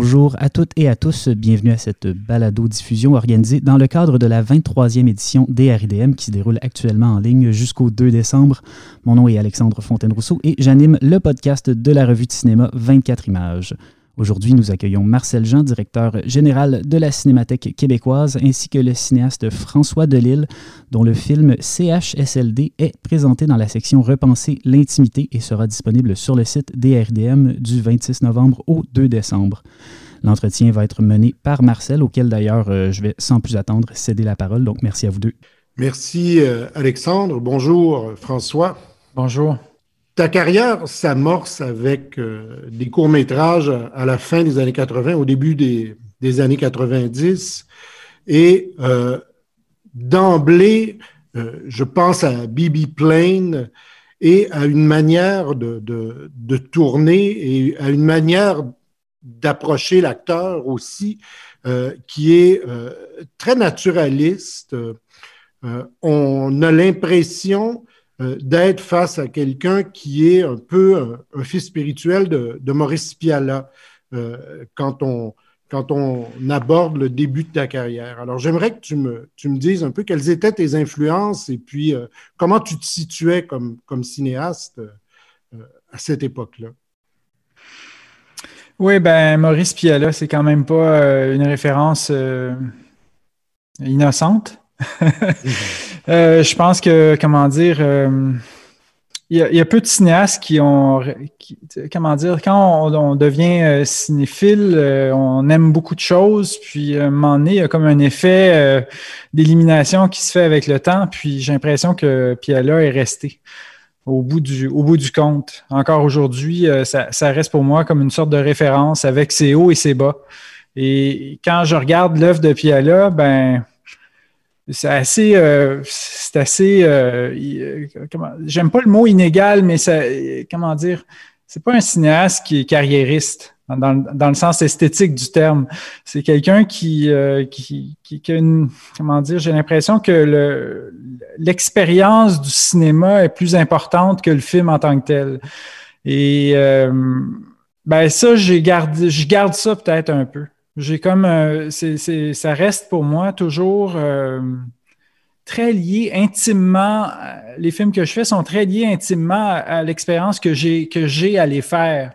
Bonjour à toutes et à tous. Bienvenue à cette balado-diffusion organisée dans le cadre de la 23e édition des RIDM qui se déroule actuellement en ligne jusqu'au 2 décembre. Mon nom est Alexandre Fontaine-Rousseau et j'anime le podcast de la revue de cinéma 24 images. Aujourd'hui, nous accueillons Marcel Jean, directeur général de la Cinémathèque québécoise, ainsi que le cinéaste François Delisle, dont le film CHSLD est présenté dans la section Repenser l'intimité et sera disponible sur le site des RDM du 26 novembre au 2 décembre. L'entretien va être mené par Marcel, auquel d'ailleurs je vais sans plus attendre céder la parole. Donc, merci à vous deux. Merci Alexandre. Bonjour François. Bonjour. Ta carrière s'amorce avec des courts-métrages à la fin des années 80, au début des années 90. Et d'emblée, je pense à B.B. Plain et à une manière de tourner et à une manière d'approcher l'acteur aussi qui est très naturaliste. On a l'impression d'être face à quelqu'un qui est un peu un fils spirituel de Maurice Pialat quand on aborde le début de ta carrière. Alors, j'aimerais que tu me dises un peu quelles étaient tes influences et puis comment tu te situais comme cinéaste à cette époque-là. Oui, ben Maurice Pialat, c'est quand même pas une référence innocente. Je pense que, comment dire, il y a peu de cinéastes comment dire, quand on devient cinéphile, on aime beaucoup de choses, puis à un moment donné, il y a comme un effet d'élimination qui se fait avec le temps, puis j'ai l'impression que Pialat est resté au bout du compte. Encore aujourd'hui, ça reste pour moi comme une sorte de référence avec ses hauts et ses bas. Et quand je regarde l'œuvre de Pialat, ben c'est assez j'aime pas le mot inégal, mais comment dire, c'est pas un cinéaste qui est carriériste dans le sens esthétique du terme. C'est quelqu'un qui a une, comment dire, j'ai l'impression que l'expérience du cinéma est plus importante que le film en tant que tel. Et ben ça, je garde ça peut-être un peu. J'ai comme ça reste pour moi toujours très lié intimement. Les films que je fais sont très liés intimement à l'expérience que j'ai à les faire.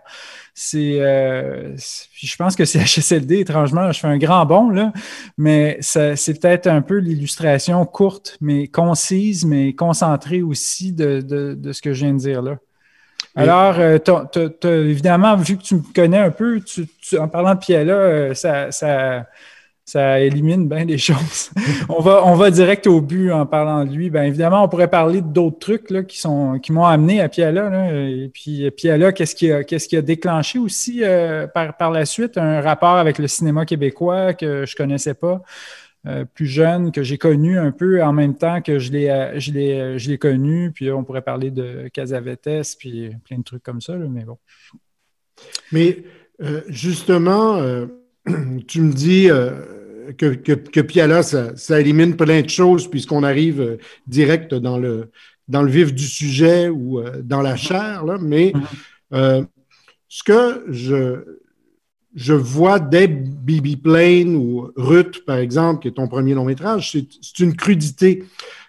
Je pense que c'est CHSLD, étrangement, je fais un grand bond, là, mais c'est peut-être un peu l'illustration courte, mais concise, mais concentrée aussi de ce que je viens de dire là. Alors, évidemment, vu que tu me connais un peu, en parlant de Pialat, ça élimine bien des choses. On va direct au but en parlant de lui. Bien évidemment, on pourrait parler d'autres trucs là, qui m'ont amené à Pialat. Là. Et puis Pialat, qu'est-ce qui a déclenché aussi par la suite un rapport avec le cinéma québécois que je connaissais pas. Plus jeune, que j'ai connu un peu en même temps que je l'ai connu. Puis on pourrait parler de Cassavetes, puis plein de trucs comme ça, là, mais bon. Mais justement, tu me dis que Pialat, ça élimine plein de choses puisqu'on arrive direct dans le vif du sujet ou dans la chair, là, mais ce que je vois dès B.B. Plain ou Ruth, par exemple, qui est ton premier long-métrage, c'est une crudité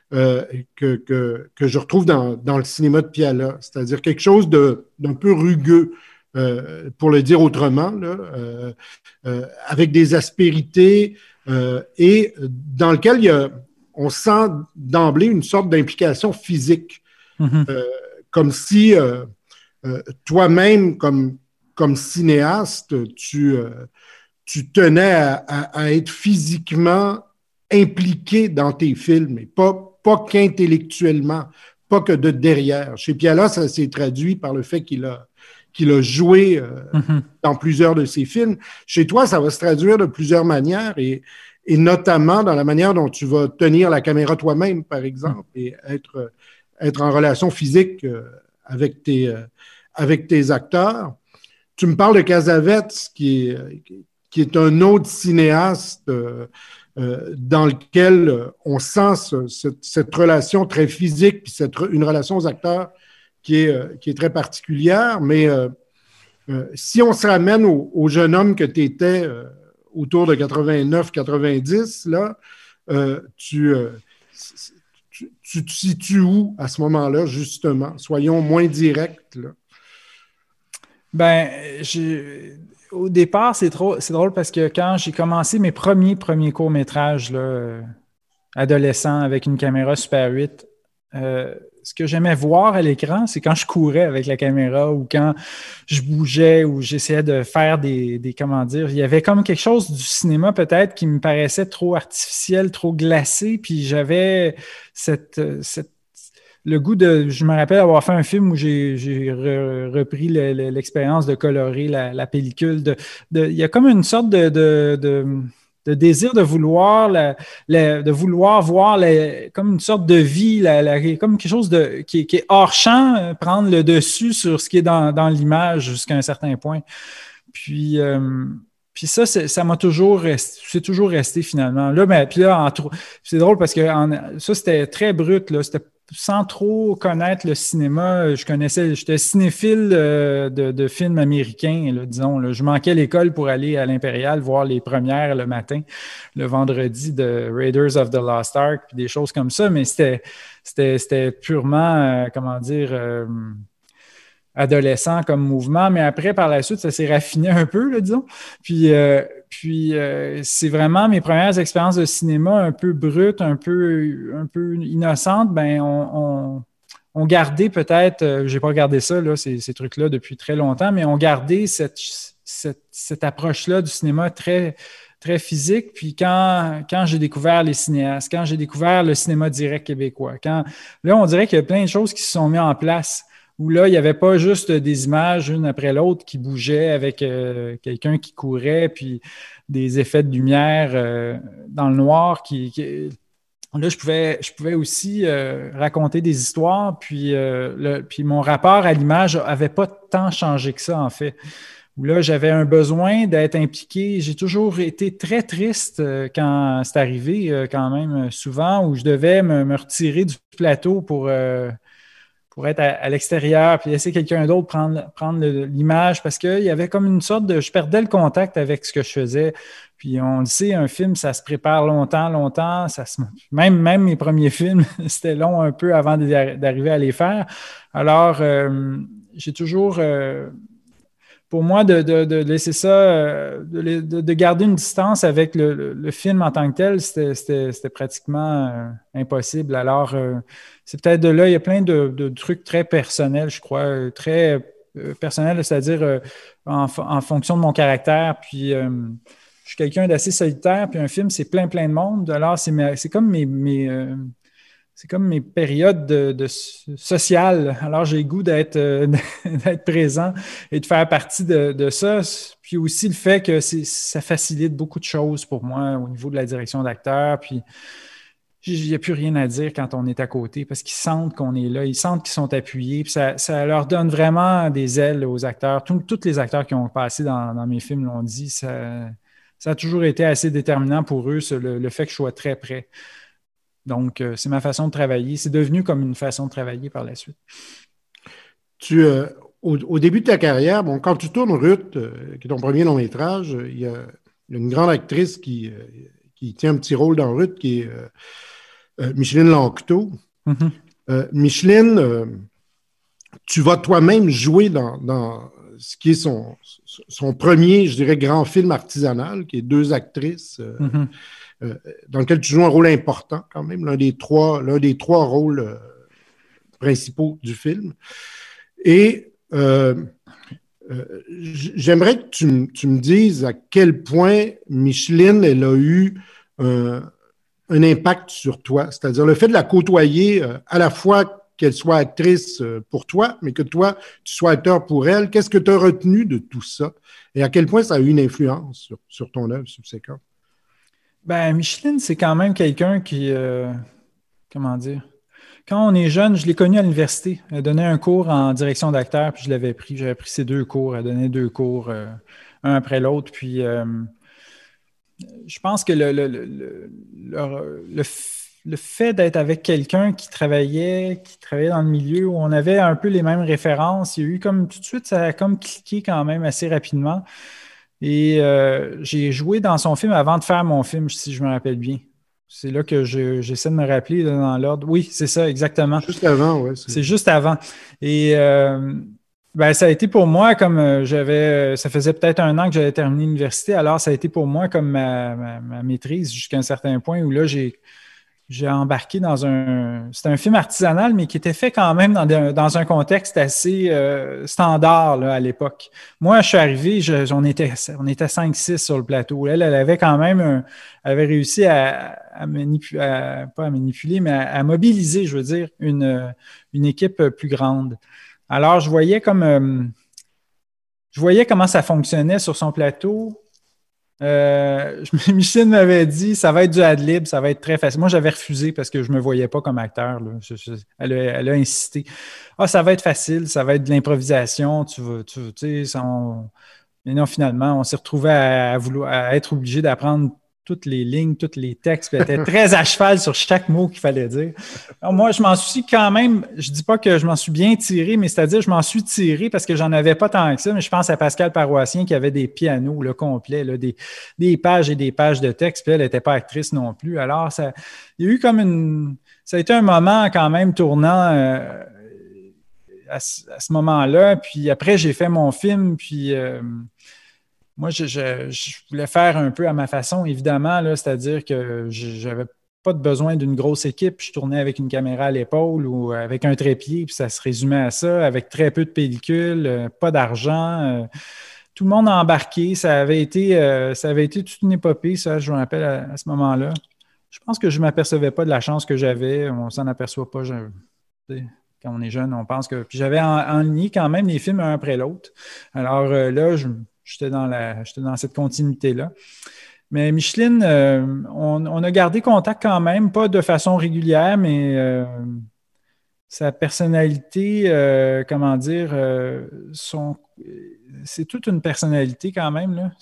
que je retrouve dans le cinéma de Pialat, c'est-à-dire quelque chose d'un peu rugueux, pour le dire autrement, là, avec des aspérités et dans lequel on sent d'emblée une sorte d'implication physique, comme si toi-même, comme cinéaste, tu tenais à être physiquement impliqué dans tes films, et pas qu'intellectuellement, pas que de derrière. Chez Pialat, ça s'est traduit par le fait qu'il a joué dans plusieurs de ses films. Chez toi, ça va se traduire de plusieurs manières, et notamment dans la manière dont tu vas tenir la caméra toi-même, par exemple, et être en relation physique avec tes acteurs. Tu me parles de Cassavetes, qui est un autre cinéaste dans lequel on sent cette relation très physique, puis une relation aux acteurs qui est très particulière, mais Si on se ramène au jeune homme que tu étais autour de 89-90, là, tu te situes où à ce moment-là, justement? Soyons moins directs, là. Ben, au départ, c'est drôle parce que quand j'ai commencé mes premiers courts-métrages, là, adolescent avec une caméra Super 8, ce que j'aimais voir à l'écran, c'est quand je courais avec la caméra ou quand je bougeais ou j'essayais de faire comment dire, il y avait comme quelque chose du cinéma peut-être qui me paraissait trop artificiel, trop glacé, puis j'avais le goût je me rappelle avoir fait un film où j'ai repris l'expérience de colorer la pellicule. Il y a comme une sorte de désir de vouloir voir comme une sorte de vie, comme quelque chose qui est hors champ, prendre le dessus sur ce qui est dans l'image jusqu'à un certain point. Puis ça, ça m'a c'est toujours resté finalement. Là, c'est drôle parce que ça, c'était très brut, là. C'était sans trop connaître le cinéma. J'étais cinéphile de films américains, là, disons. Là. Je manquais l'école pour aller à l'Impérial voir les premières le matin, le vendredi de Raiders of the Lost Ark, puis des choses comme ça, mais c'était purement, adolescent comme mouvement, mais après, par la suite, ça s'est raffiné un peu, là, disons. Puis c'est vraiment mes premières expériences de cinéma un peu brutes, un peu innocentes. Ben, on gardait peut-être, j'ai pas gardé ça, là, ces trucs-là depuis très longtemps, mais on gardait cette approche-là du cinéma très, très physique. Puis quand j'ai découvert les cinéastes, quand j'ai découvert le cinéma direct québécois, là, on dirait qu'il y a plein de choses qui se sont mises en place, où là, il n'y avait pas juste des images une après l'autre qui bougeaient avec quelqu'un qui courait, puis des effets de lumière dans le noir Là, je pouvais aussi raconter des histoires, puis mon rapport à l'image n'avait pas tant changé que ça, en fait. Où là, j'avais un besoin d'être impliqué. J'ai toujours été très triste quand c'est arrivé, quand même, souvent, où je devais me retirer du plateau pour être à l'extérieur, puis laisser quelqu'un d'autre prendre l'image, parce qu'il y avait comme une sorte je perdais le contact avec ce que je faisais. Puis on le sait, un film, ça se prépare longtemps. Même mes premiers films, c'était long un peu avant d'arriver à les faire. Alors, j'ai toujours... pour moi, de laisser ça, de garder une distance avec le film en tant que tel, c'était pratiquement impossible. Alors, c'est peut-être de là, il y a plein de trucs très personnels, je crois, très personnels, c'est-à-dire en fonction de mon caractère. Puis, je suis quelqu'un d'assez solitaire, puis un film, c'est plein de monde. Alors, c'est comme c'est comme mes périodes de sociales. Alors, j'ai le goût d'être présent et de faire partie de ça. Puis aussi le fait que ça facilite beaucoup de choses pour moi au niveau de la direction d'acteur. Puis, il n'y a plus rien à dire quand on est à côté parce qu'ils sentent qu'on est là, ils sentent qu'ils sont appuyés. Puis ça leur donne vraiment des ailes aux acteurs. Tous les acteurs qui ont passé dans mes films l'ont dit. Ça a toujours été assez déterminant pour eux, le fait que je sois très près. Donc, c'est ma façon de travailler. C'est devenu comme une façon de travailler par la suite. Au début de ta carrière, bon, quand tu tournes Ruth, qui est ton premier long métrage, il y a une grande actrice qui tient un petit rôle dans Ruth, qui est Micheline Lanctot. Mm-hmm. Micheline, tu vas toi-même jouer dans ce qui est son premier, je dirais, grand film artisanal, qui est Deux actrices. Mm-hmm. Dans lequel tu joues un rôle important quand même, l'un des trois rôles principaux du film. Et j'aimerais que tu me dises à quel point Micheline, elle a eu un impact sur toi, c'est-à-dire le fait de la côtoyer à la fois qu'elle soit actrice pour toi, mais que toi, tu sois acteur pour elle. Qu'est-ce que tu as retenu de tout ça? Et à quel point ça a eu une influence sur ton œuvre subséquente? Ben, Micheline, c'est quand même quelqu'un qui, comment dire, quand on est jeune, je l'ai connue à l'université. Elle donnait un cours en direction d'acteur, puis je l'avais pris. J'avais pris ses 2 cours. Elle donnait 2 cours, un après l'autre. Puis, je pense que le fait d'être avec quelqu'un qui travaillait dans le milieu où on avait un peu les mêmes références, il y a eu comme tout de suite, ça a comme cliqué quand même assez rapidement. Et j'ai joué dans son film avant de faire mon film, si je me rappelle bien. C'est là que j'essaie de me rappeler dans l'ordre. Oui, c'est ça, exactement. Juste avant, oui. C'est juste avant. Et ça a été pour moi comme ça faisait peut-être 1 an que j'avais terminé l'université, alors ça a été pour moi comme ma maîtrise jusqu'à un certain point où là, j'ai embarqué c'était un film artisanal, mais qui était fait quand même dans un contexte assez standard là, à l'époque. Moi, je suis arrivé, on était 5-6 sur le plateau. Elle avait quand même avait réussi à manipuler, mais à mobiliser, je veux dire, une équipe plus grande. Alors, je voyais comment ça fonctionnait sur son plateau. Micheline m'avait dit ça va être du ad-lib, ça va être très facile. Moi, j'avais refusé parce que je ne me voyais pas comme acteur. Là. Elle a insisté. Ça va être facile, ça va être de l'improvisation. Mais non, finalement, on s'est retrouvé à être obligé d'apprendre toutes les lignes, tous les textes, puis elle était très à cheval sur chaque mot qu'il fallait dire. Alors, moi, je m'en suis quand même, je dis pas que je m'en suis bien tiré, mais c'est-à-dire je m'en suis tiré parce que j'en avais pas tant que ça, mais je pense à Pascal Paroissien qui avait des pianos là, complets, là, des pages et des pages de texte, puis elle n'était pas actrice non plus. Alors, il y a eu comme ça a été un moment quand même tournant à ce moment-là, puis après, j'ai fait mon film, puis... moi, je voulais faire un peu à ma façon, évidemment, là, c'est-à-dire que je n'avais pas de besoin d'une grosse équipe. Je tournais avec une caméra à l'épaule ou avec un trépied, puis ça se résumait à ça, avec très peu de pellicule, pas d'argent. Tout le monde a embarqué. Ça avait été toute une épopée, ça, je me rappelle à ce moment-là. Je pense que je ne m'apercevais pas de la chance que j'avais. On ne s'en aperçoit pas. Quand on est jeune, on pense que... Puis j'avais enligné quand même les films un après l'autre. Alors là, j'étais dans cette continuité-là. Mais Micheline, on a gardé contact quand même, pas de façon régulière, mais sa personnalité, comment dire, c'est toute une personnalité quand même, là.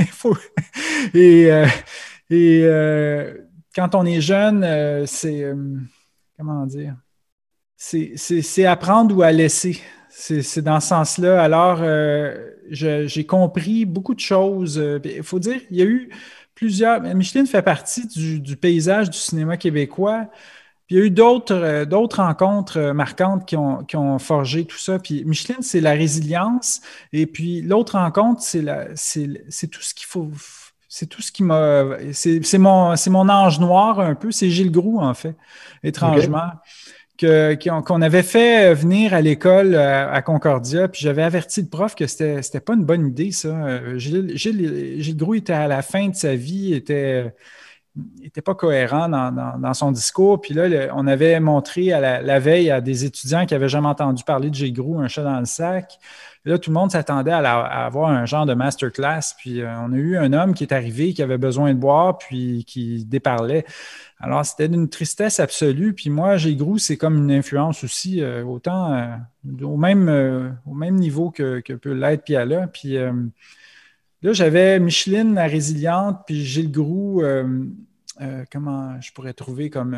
Quand on est jeune, comment dire, c'est apprendre ou à laisser. C'est dans ce sens-là. Alors, j'ai compris beaucoup de choses. Il faut dire, il y a eu plusieurs... Micheline fait partie du paysage du cinéma québécois. Puis il y a eu d'autres rencontres marquantes qui ont forgé tout ça. Puis Micheline, c'est la résilience. Et puis l'autre rencontre, c'est tout ce qu'il faut... C'est tout ce qui m'a... C'est mon ange noir un peu. C'est Gilles Groux, en fait, étrangement. Okay. Qu'on avait fait venir à l'école à Concordia, puis j'avais averti le prof que c'était pas une bonne idée, ça. Gilles Groux était à la fin de sa vie, était pas cohérent dans son discours. Puis là, on avait montré la veille à des étudiants qui n'avaient jamais entendu parler de Gilles Groux, Un chat dans le sac. Et là, tout le monde s'attendait à avoir un genre de masterclass. Puis on a eu un homme qui est arrivé, qui avait besoin de boire, puis qui déparlait. Alors, c'était d'une tristesse absolue. Puis moi, Gilles Groux, c'est comme une influence aussi, autant au même niveau que peut l'être Piala. Puis là, j'avais Micheline, la résiliente, puis Gilles Groux, comment je pourrais trouver comme...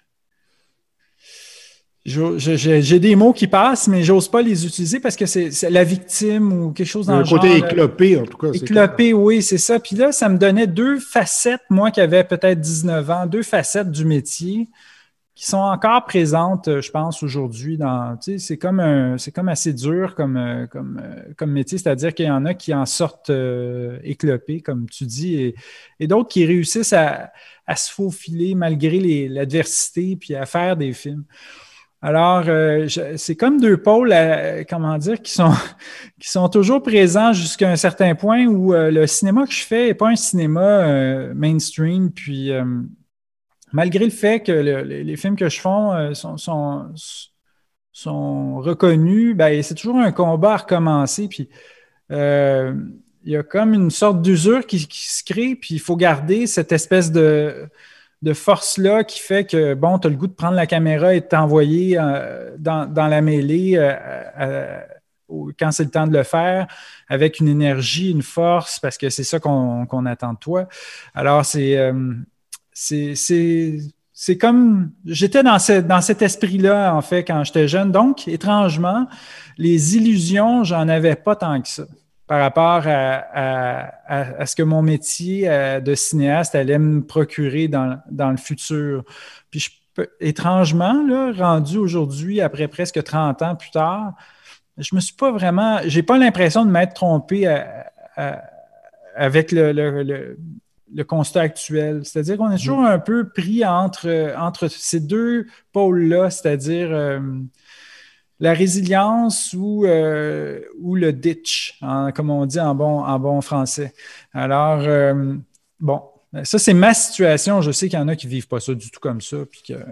j'ai des mots qui passent, mais j'ose pas les utiliser parce que c'est la victime ou quelque chose dans le genre. Le côté éclopé, en tout cas. Éclopé, oui, c'est ça. Puis là, ça me donnait 2 facettes, moi qui avais peut-être 19 ans, 2 facettes du métier qui sont encore présentes, je pense, aujourd'hui. C'est comme assez dur comme métier, c'est-à-dire qu'il y en a qui en sortent éclopés, comme tu dis, et d'autres qui réussissent à se faufiler malgré l'adversité puis à faire des films. Alors, c'est comme 2 pôles, comment dire, qui sont toujours présents jusqu'à un certain point où le cinéma que je fais n'est pas un cinéma mainstream. Puis, malgré le fait que les films que je fais sont reconnus, ben, c'est toujours un combat à recommencer. Puis, il y a comme une sorte d'usure qui se crée, puis il faut garder cette espèce de force-là qui fait que, bon, tu as le goût de prendre la caméra et de t'envoyer dans la mêlée quand c'est le temps de le faire, avec une énergie, une force, parce que c'est ça qu'on attend de toi. Alors, c'est c'est comme, j'étais dans cet esprit-là, en fait, quand j'étais jeune. Donc, étrangement, les illusions, j'en avais pas tant que ça par rapport à ce que mon métier de cinéaste allait me procurer dans le futur. Puis, étrangement, là, rendu aujourd'hui, après presque 30 ans plus tard, j'ai pas l'impression de m'être trompé avec le constat actuel. C'est-à-dire qu'on est toujours un peu pris entre ces deux pôles-là, c'est-à-dire la résilience ou le ditch, comme on dit en bon français. Alors, bon, ça, c'est ma situation. Je sais qu'il y en a qui ne vivent pas ça du tout comme ça, puis que...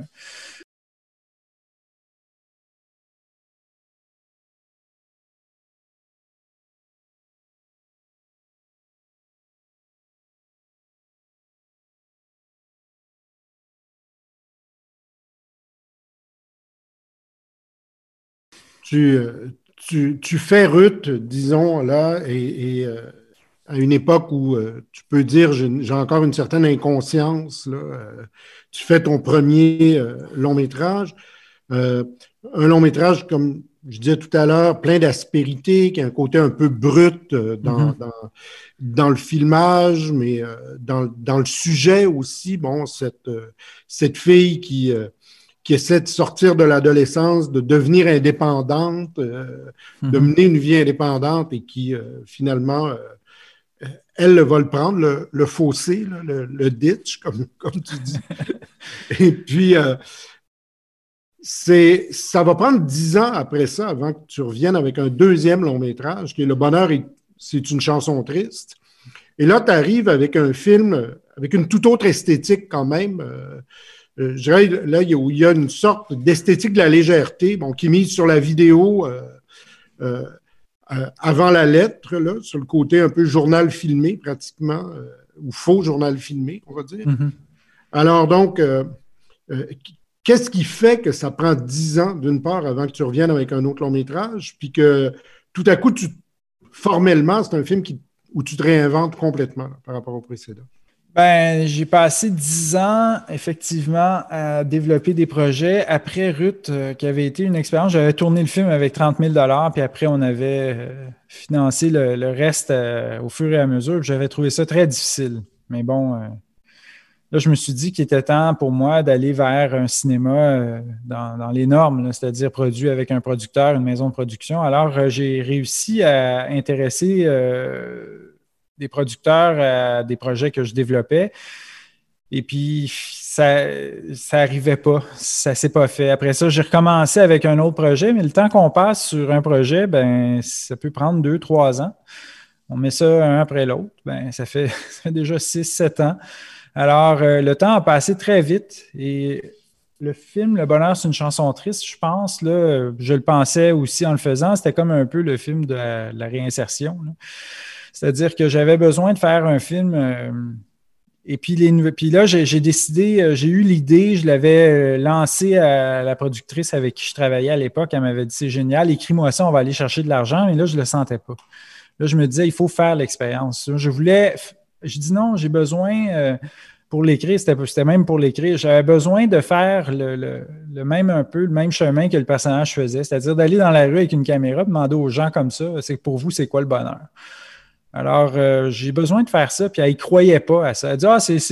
Tu fais Ruth, disons, là, et à une époque où tu peux dire j'ai encore une certaine inconscience, là, tu fais ton premier long métrage. Un long métrage, comme je disais tout à l'heure, plein d'aspérité, qui a un côté un peu brut dans le filmage, mais dans le sujet aussi. Bon, cette fille qui essaie de sortir de l'adolescence, de devenir indépendante, de mener une vie indépendante et qui, finalement, elle va le prendre, le fossé, là, le ditch, comme tu dis. Et puis, ça va prendre 10 ans après ça, avant que tu reviennes avec un deuxième long métrage, qui est Le bonheur, c'est une chanson triste. Et là, tu arrives avec un film, avec une toute autre esthétique quand même. Je dirais, là, il y a une sorte d'esthétique de la légèreté, bon, qui est mise sur la vidéo avant la lettre, là, sur le côté un peu journal filmé, pratiquement, ou faux journal filmé, on va dire. Alors, donc, qu'est-ce qui fait que ça prend 10 ans, d'une part, avant que tu reviennes avec un autre long métrage, puis que tout à coup, formellement, c'est un film où tu te réinventes complètement là, par rapport au précédent? Ben, j'ai passé 10 ans, effectivement, à développer des projets. Après Ruth, qui avait été une expérience, j'avais tourné le film avec 30 000 $, puis après, on avait financé le reste au fur et à mesure. J'avais trouvé ça très difficile. Mais bon, là, je me suis dit qu'il était temps pour moi d'aller vers un cinéma dans les normes, là, c'est-à-dire produit avec un producteur, une maison de production. Alors, j'ai réussi à intéresser des producteurs à des projets que je développais. Et puis, ça n'arrivait pas. Ça ne s'est pas fait. Après ça, j'ai recommencé avec un autre projet, mais le temps qu'on passe sur un projet, ben, ça peut prendre 2-3 ans. On met ça un après l'autre. Ben, ça fait déjà 6-7 ans. Alors, le temps a passé très vite. Et le film Le bonheur, c'est une chanson triste, je pense, là, je le pensais aussi en le faisant, c'était comme un peu le film de la réinsertion, là. C'est-à-dire que j'avais besoin de faire un film. Et puis là, j'ai décidé, j'ai eu l'idée, je l'avais lancé à la productrice avec qui je travaillais à l'époque. Elle m'avait dit, c'est génial, écris-moi ça, on va aller chercher de l'argent. Mais là, je ne le sentais pas. Là, je me disais, il faut faire l'expérience. Je dis non, j'ai besoin, pour l'écrire, c'était même pour l'écrire, j'avais besoin de faire le même chemin que le personnage faisait. C'est-à-dire d'aller dans la rue avec une caméra, demander aux gens comme ça, pour vous, c'est quoi le bonheur? Alors, j'ai besoin de faire ça, puis elle ne croyait pas à ça. Elle dit,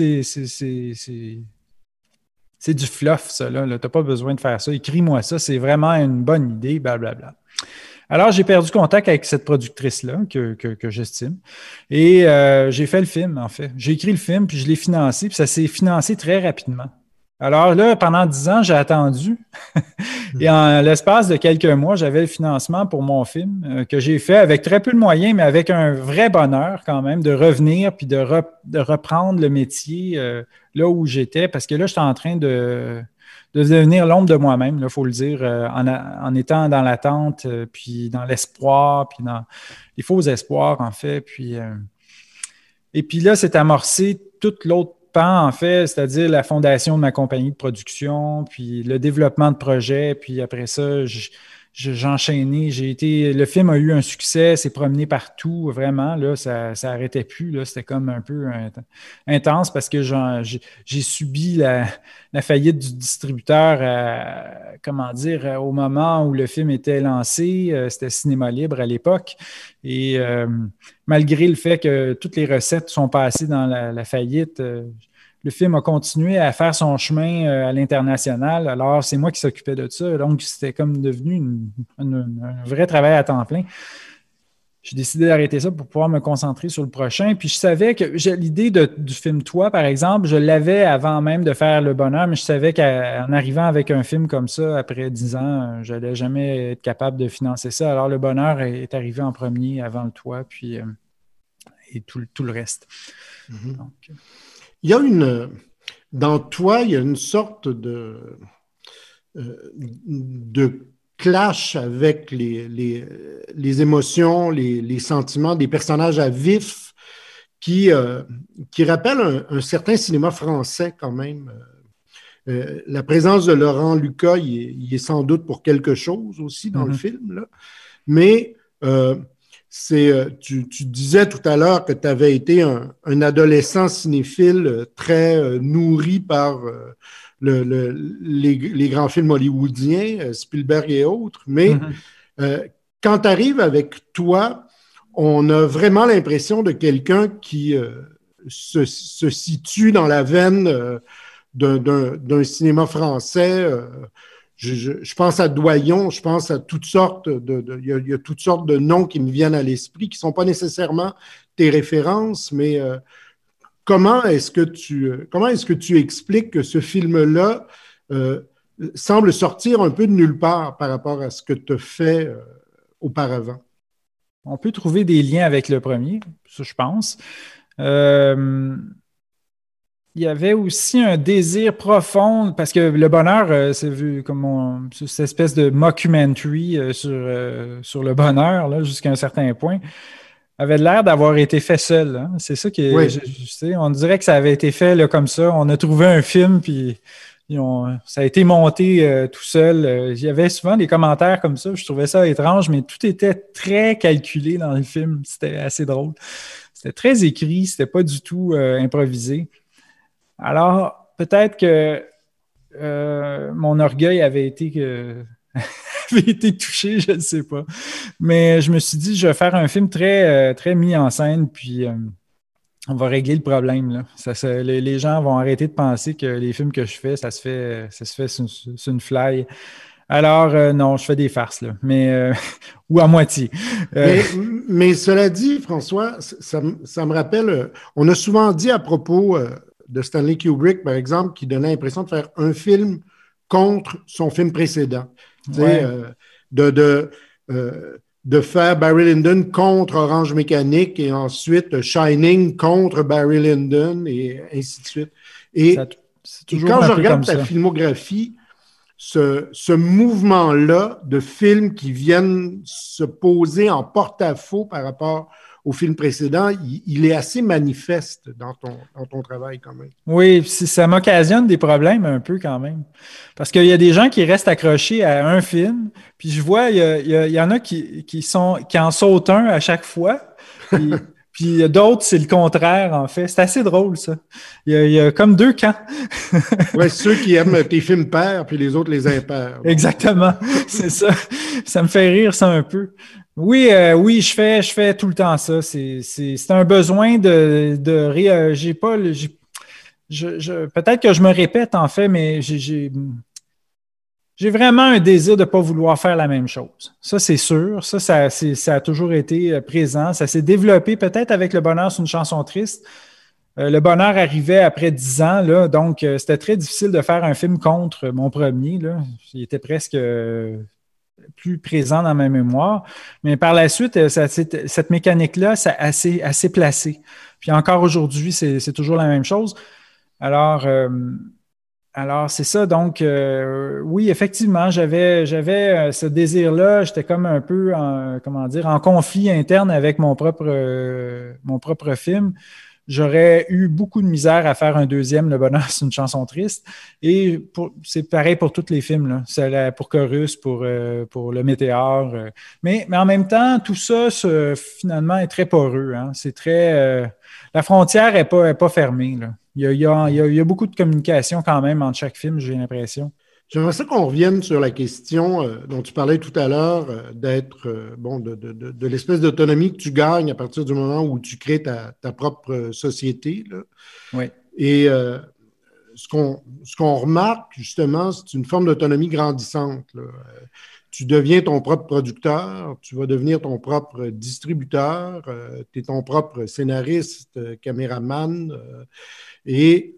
c'est du fluff, ça, là. Tu n'as pas besoin de faire ça. Écris-moi ça, c'est vraiment une bonne idée, blablabla. Alors, j'ai perdu contact avec cette productrice-là, que j'estime, et j'ai fait le film, en fait. J'ai écrit le film, puis je l'ai financé, puis ça s'est financé très rapidement. Alors là, pendant 10 ans, j'ai attendu. Et en l'espace de quelques mois, j'avais le financement pour mon film que j'ai fait avec très peu de moyens, mais avec un vrai bonheur quand même de revenir puis de reprendre le métier là où j'étais. Parce que là, j'étais en train de devenir l'ombre de moi-même, il faut le dire, en étant dans l'attente, puis dans l'espoir, puis dans les faux espoirs, en fait. Et puis là, c'est amorcé toute l'autre en fait, c'est-à-dire la fondation de ma compagnie de production, puis le développement de projets, puis après ça, j'enchaînais. Le film a eu un succès, s'est promené partout, vraiment. Là, ça arrêtait plus. Là, c'était comme un peu intense parce que j'ai subi la faillite du distributeur, au moment où le film était lancé. C'était Cinéma Libre à l'époque. Et malgré le fait que toutes les recettes sont passées dans la faillite, le film a continué à faire son chemin à l'international. Alors, c'est moi qui s'occupais de ça. Donc, c'était comme devenu un vrai travail à temps plein. J'ai décidé d'arrêter ça pour pouvoir me concentrer sur le prochain. Puis, je savais que l'idée du film Toi, par exemple, je l'avais avant même de faire Le Bonheur, mais je savais qu'en arrivant avec un film comme ça, après 10 ans, je n'allais jamais être capable de financer ça. Alors, Le Bonheur est arrivé en premier avant le Toi, puis et tout le reste. Mm-hmm. Donc, dans Toi, il y a une sorte de clash avec les émotions, les sentiments des personnages à vif qui rappellent un certain cinéma français quand même. La présence de Laurent Lucas, il est sans doute pour quelque chose aussi dans le film, là. Mais tu disais tout à l'heure que tu avais été un adolescent cinéphile très nourri par les grands films hollywoodiens, Spielberg et autres, mais quand tu arrives avec Toi, on a vraiment l'impression de quelqu'un qui se situe dans la veine d'un cinéma français. Je pense à Doyon, je pense à toutes sortes il y a toutes sortes de noms qui me viennent à l'esprit, qui ne sont pas nécessairement tes références, mais comment est-ce que tu expliques que ce film-là semble sortir un peu de nulle part par rapport à ce que tu as fait auparavant? On peut trouver des liens avec le premier, ça je pense. Il y avait aussi un désir profond, parce que Le Bonheur, c'est vu comme cette espèce de mockumentary sur le bonheur, là, jusqu'à un certain point, avait l'air d'avoir été fait seul. Hein. C'est ça qui est. Oui. On dirait que ça avait été fait là, comme ça. On a trouvé un film, puis ça a été monté tout seul. Il y avait souvent des commentaires comme ça. Je trouvais ça étrange, mais tout était très calculé dans le film. C'était assez drôle. C'était très écrit, c'était pas du tout improvisé. Alors, peut-être que mon orgueil avait été touché, je ne sais pas. Mais je me suis dit, je vais faire un film très, très mis en scène, puis on va régler le problème. Là. Les gens vont arrêter de penser que les films que je fais, ça se fait sur une fly. Alors, non, je fais des farces, là, mais ou à moitié. Mais cela dit, François, ça me rappelle, on a souvent dit à propos de Stanley Kubrick, par exemple, qui donnait l'impression de faire un film contre son film précédent. Ouais. De faire Barry Lyndon contre Orange Mécanique et ensuite Shining contre Barry Lyndon et ainsi de suite. Et quand je regarde ta filmographie, ce mouvement-là de films qui viennent se poser en porte-à-faux par rapport au film précédent, il est assez manifeste dans ton travail quand même. Oui, ça m'occasionne des problèmes un peu quand même. Parce qu'il y a des gens qui restent accrochés à un film, puis je vois, il y en a qui en sautent un à chaque fois, puis d'autres, c'est le contraire, en fait. C'est assez drôle, ça. Il y a comme deux camps. Oui, ceux qui aiment tes films pairs, puis les autres les impairs. Exactement, c'est ça. Ça me fait rire, ça, un peu. Oui, je fais tout le temps ça. C'est un besoin j'ai pas peut-être que je me répète en fait, mais j'ai vraiment un désir de pas vouloir faire la même chose. Ça, c'est sûr. Ça a toujours été présent. Ça s'est développé peut-être avec Le Bonheur, c'est une chanson triste. Le Bonheur arrivait après 10 ans, là, donc c'était très difficile de faire un film contre mon premier. Là. Il était presque plus présent dans ma mémoire. Mais par la suite, cette mécanique-là, ça a assez placé. Puis encore aujourd'hui, c'est toujours la même chose. Alors c'est ça. Donc, oui, effectivement, j'avais ce désir-là. J'étais comme un peu en conflit interne avec mon propre film. j'aurais eu beaucoup de misère à faire un deuxième, Le bonheur, c'est une chanson triste. Et c'est pareil pour tous les films, là. C'est pour Chorus, pour Le Météore. Mais en même temps, tout ça, finalement, est très poreux. Hein. C'est très... la frontière n'est pas fermée, là. Il y a beaucoup de communication quand même entre chaque film, j'ai l'impression. J'aimerais ça qu'on revienne sur la question dont tu parlais tout à l'heure, de l'espèce d'autonomie que tu gagnes à partir du moment où tu crées ta propre société, là. Oui. Et ce qu'on remarque, justement, c'est une forme d'autonomie grandissante, là. Tu deviens ton propre producteur, tu vas devenir ton propre distributeur, tu es ton propre scénariste, caméraman, et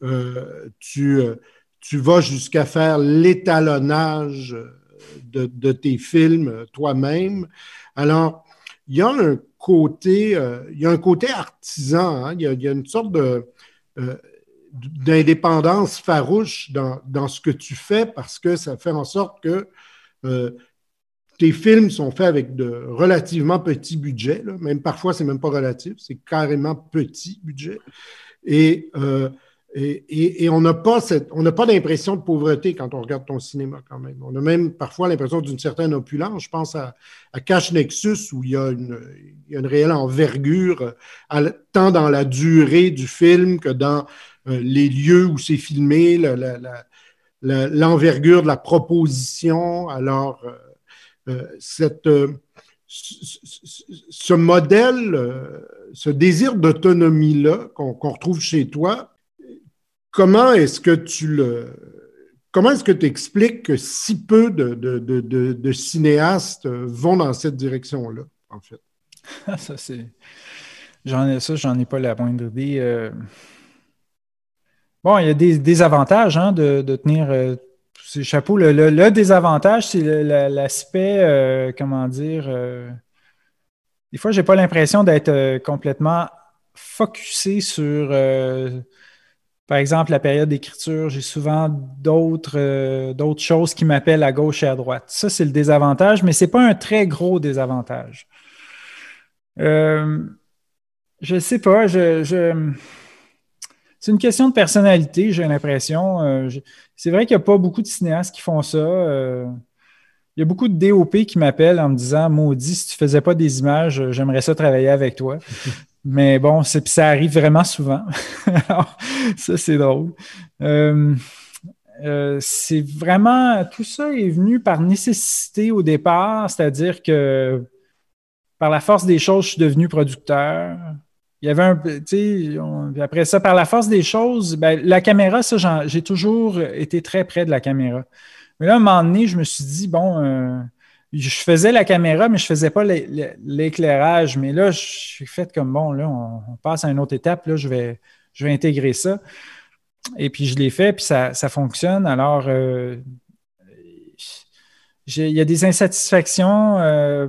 tu vas jusqu'à faire l'étalonnage de tes films toi-même. Alors, il y a un côté artisan, hein? Il y a une sorte d'indépendance farouche dans ce que tu fais parce que ça fait en sorte que tes films sont faits avec de relativement petits budgets, là. Même parfois, c'est même pas relatif, c'est carrément petit budget. Et on n'a pas d'impression de pauvreté quand on regarde ton cinéma quand même. On a même parfois l'impression d'une certaine opulence. Je pense à Cache Nexus où il y a une réelle envergure, tant dans la durée du film que dans les lieux où c'est filmé, l'envergure de la proposition. Alors, ce modèle, ce désir d'autonomie-là qu'on retrouve chez toi, comment est-ce que tu expliques que si peu de cinéastes vont dans cette direction-là, en fait? J'en ai pas la moindre idée. Bon, il y a des avantages, hein, de tenir ces chapeaux. Le désavantage, c'est l'aspect, comment dire, des fois, j'ai pas l'impression d'être complètement focusé sur, par exemple, la période d'écriture. J'ai souvent d'autres choses qui m'appellent à gauche et à droite. Ça, c'est le désavantage, mais c'est pas un très gros désavantage. Je sais pas, c'est une question de personnalité, j'ai l'impression. C'est vrai qu'il n'y a pas beaucoup de cinéastes qui font ça. Il y a beaucoup de DOP qui m'appellent en me disant « Maudit, si tu ne faisais pas des images, j'aimerais ça travailler avec toi. » Mais bon, ça arrive vraiment souvent. Alors, ça, c'est drôle. C'est vraiment... Tout ça est venu par nécessité au départ, c'est-à-dire que par la force des choses, je suis devenu producteur. Il y avait après ça, par la force des choses, ben, la caméra, ça, j'ai toujours été très près de la caméra. Mais là, à un moment donné, je me suis dit, bon, je faisais la caméra, mais je ne faisais pas l'éclairage. Mais là, je suis fait comme, bon, là, on passe à une autre étape, là, je vais intégrer ça. Et puis, je l'ai fait, puis ça fonctionne. Alors, il y a des insatisfactions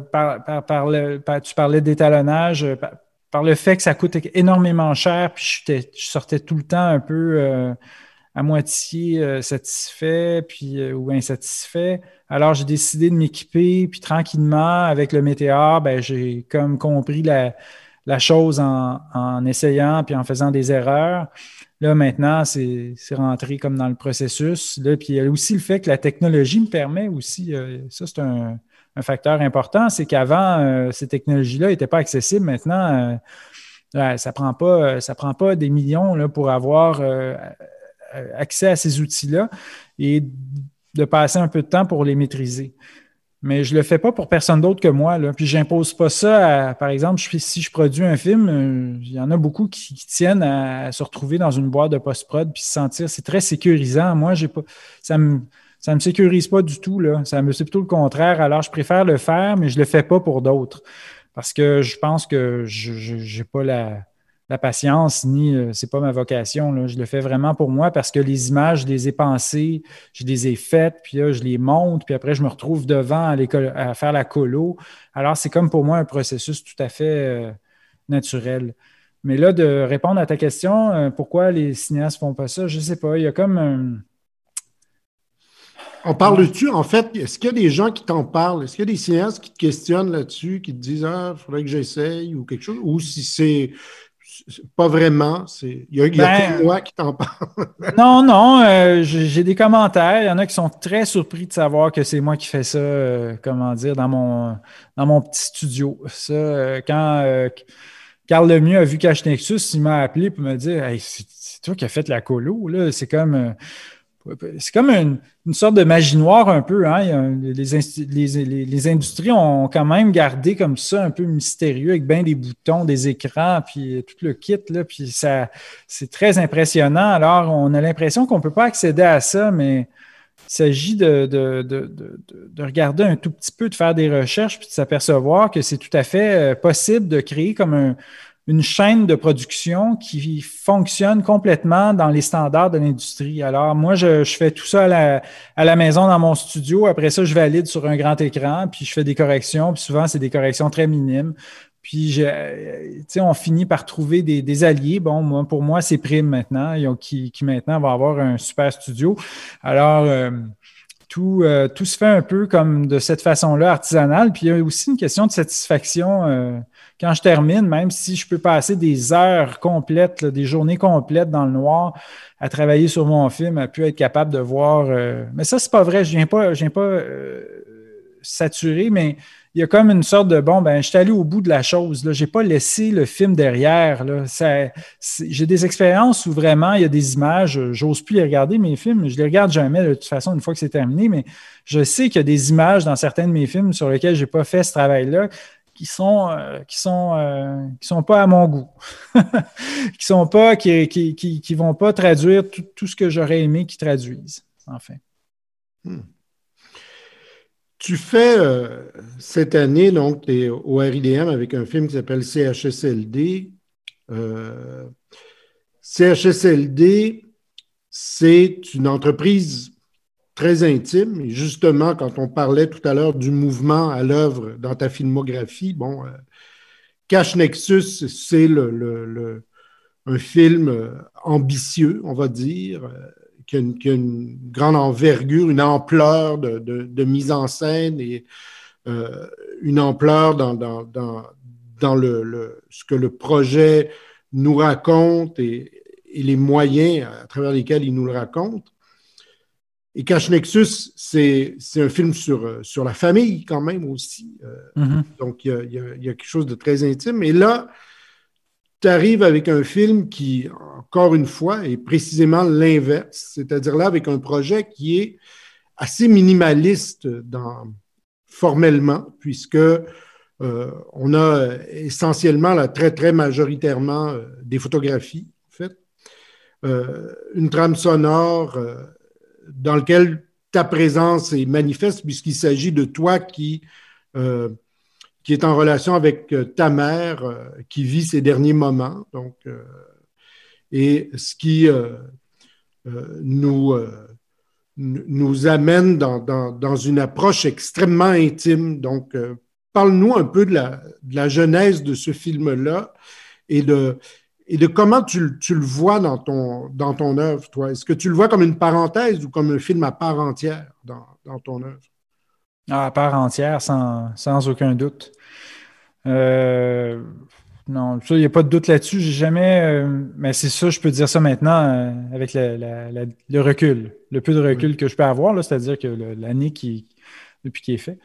tu parlais d'étalonnage, par le fait que ça coûte énormément cher, puis je sortais tout le temps un peu à moitié satisfait ou insatisfait. Alors, j'ai décidé de m'équiper, puis tranquillement, avec Le Météore, ben, j'ai comme compris la chose en essayant puis en faisant des erreurs. Là, maintenant, c'est rentré comme dans le processus. Là, puis il y a aussi le fait que la technologie me permet aussi, ça c'est un facteur important, c'est qu'avant, ces technologies-là n'étaient pas accessibles. Maintenant, ça prend pas des millions là, pour avoir accès à ces outils-là et de passer un peu de temps pour les maîtriser. Mais je ne le fais pas pour personne d'autre que moi, là. Puis je n'impose pas ça par exemple, si je produis un film, il y en a beaucoup qui tiennent à se retrouver dans une boîte de post-prod puis se sentir, c'est très sécurisant. Moi, ça me sécurise pas du tout, là. C'est plutôt le contraire. Alors, je préfère le faire, mais je ne le fais pas pour d'autres. Parce que je pense que je n'ai pas la patience, ni c'est pas ma vocation, là. Je le fais vraiment pour moi parce que les images, je les ai pensées, je les ai faites, puis là, je les monte, puis après, je me retrouve devant à faire la colo. Alors, c'est comme pour moi un processus tout à fait naturel. Mais là, de répondre à ta question, pourquoi les cinéastes font pas ça, je ne sais pas. Il y a comme On parle-tu, en fait, est-ce qu'il y a des gens qui t'en parlent? Est-ce qu'il y a des cinéastes qui te questionnent là-dessus, qui te disent « Ah, il faudrait que j'essaye » ou quelque chose? Ou si pas vraiment. Il y a que moi qui t'en parle. Non, j'ai des commentaires. Il y en a qui sont très surpris de savoir que c'est moi qui fais ça, dans mon petit studio. Ça, quand Carl Lemieux a vu Cache Nexus, il m'a appelé pour me dire hey, c'est toi qui as fait la colo, là. C'est comme une sorte de magie noire un peu. Hein? Les industries ont quand même gardé comme ça un peu mystérieux avec bien des boutons, des écrans, puis tout le kit. Là, puis ça, c'est très impressionnant. Alors, on a l'impression qu'on ne peut pas accéder à ça, mais il s'agit de regarder un tout petit peu, de faire des recherches, puis de s'apercevoir que c'est tout à fait possible de créer comme une chaîne de production qui fonctionne complètement dans les standards de l'industrie. Alors, moi, je fais tout ça à la maison dans mon studio. Après ça, je valide sur un grand écran, puis je fais des corrections. Puis souvent, c'est des corrections très minimes. Puis, on finit par trouver des alliés. Bon, pour moi, c'est Prime maintenant, qui maintenant va avoir un super studio. Alors, tout se fait un peu comme de cette façon-là, artisanale. Puis, il y a aussi une question de satisfaction quand je termine, même si je peux passer des heures complètes, là, des journées complètes dans le noir à travailler sur mon film, à pu être capable de voir. Mais ça, c'est pas vrai. Je viens pas saturé, mais il y a comme une sorte de je suis allé au bout de la chose. Je n'ai pas laissé le film derrière. Là. J'ai des expériences où vraiment il y a des images. J'ose plus les regarder, mes films. Je les regarde jamais de toute façon une fois que c'est terminé, mais je sais qu'il y a des images dans certains de mes films sur lesquels je n'ai pas fait ce travail-là qui sont pas à mon goût, qui vont pas traduire tout ce que j'aurais aimé qu'ils traduisent, enfin. Tu fais cette année, donc, tu es au RIDM avec un film qui s'appelle CHSLD. CHSLD, c'est une entreprise très intime. Et justement, quand on parlait tout à l'heure du mouvement à l'œuvre dans ta filmographie, Cache Nexus, c'est un film ambitieux, on va dire, qui a une grande envergure, une ampleur de mise en scène et une ampleur dans ce que le projet nous raconte et les moyens à travers lesquels il nous le raconte. Et Cache Nexus, c'est un film sur la famille quand même aussi. Donc, il y a quelque chose de très intime. Et là, tu arrives avec un film qui, encore une fois, est précisément l'inverse, c'est-à-dire là avec un projet qui est assez minimaliste formellement, puisque on a essentiellement, là, très, très majoritairement, des photographies, en fait, une trame sonore dans laquelle ta présence est manifeste, puisqu'il s'agit de toi qui est en relation avec ta mère, qui vit ses derniers moments. Donc, et ce qui nous amène dans une approche extrêmement intime. Donc, parle-nous un peu de la genèse de ce film-là et de comment tu le vois dans ton œuvre, toi. Est-ce que tu le vois comme une parenthèse ou comme un film à part entière dans ton œuvre? À part entière, sans aucun doute. Non, ça, il n'y a pas de doute là-dessus. J'ai jamais. Mais c'est ça, je peux dire ça maintenant avec le recul, le peu de recul que je peux avoir, là, c'est-à-dire que l'année depuis qu'il est fait.